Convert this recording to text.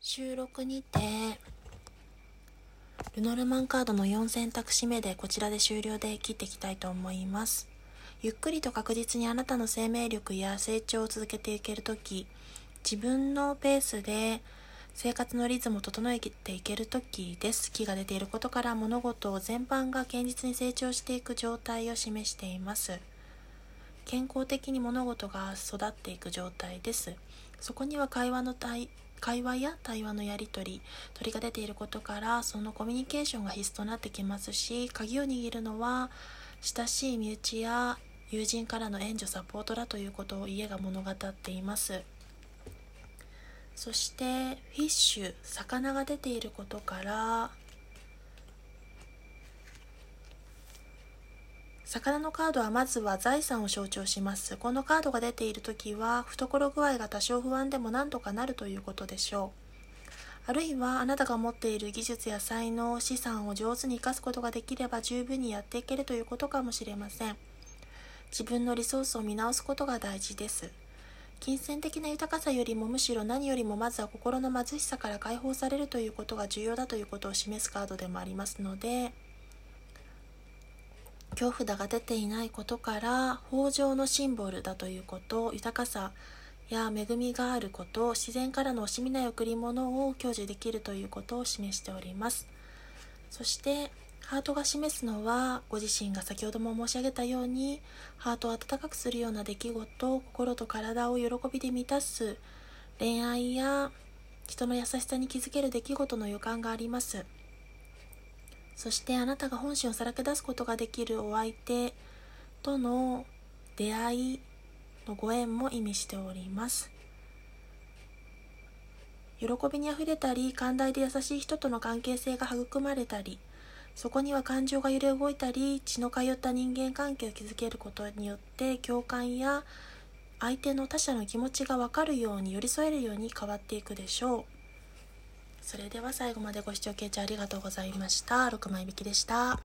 収録にてルノルマンカードの4選択肢目でこちらで終了で切っていきたいと思います。ゆっくりと確実にあなたの生命力や成長を続けていけるとき、自分のペースで生活のリズムを整えていけるときです。木が出ていることから物事全般が堅実に成長していく状態を示しています。健康的に物事が育っていく状態です。そこには会話や対話のやり取り、鳥が出ていることからそのコミュニケーションが必須となってきますし、鍵を握るのは親しい身内や友人からの援助サポートだということを家が物語っています。そしてフィッシュ、魚が出ていることから魚のカードはまずは財産を象徴します。このカードが出ているときは懐具合が多少不安でも何とかなるということでしょう。あるいはあなたが持っている技術や才能、資産を上手に生かすことができれば十分にやっていけるということかもしれません。自分のリソースを見直すことが大事です。金銭的な豊かさよりもむしろ何よりもまずは心の貧しさから解放されるということが重要だということを示すカードでもありますので、恐怖札が出ていないことから豊穣のシンボルだということ、豊かさや恵みがあること、自然からの惜しみない贈り物を享受できるということを示しております。そしてハートが示すのは、ご自身が先ほども申し上げたようにハートを温かくするような出来事、心と体を喜びで満たす恋愛や人の優しさに気づける出来事の予感があります。そしてあなたが本心をさらけ出すことができるお相手との出会いのご縁も意味しております。喜びにあふれたり、寛大で優しい人との関係性が育まれたり、そこには感情が揺れ動いたり、血の通った人間関係を築けることによって共感や相手の他者の気持ちが分かるように、寄り添えるように変わっていくでしょう。それでは最後までご視聴ありがとうございました。6枚引きでした。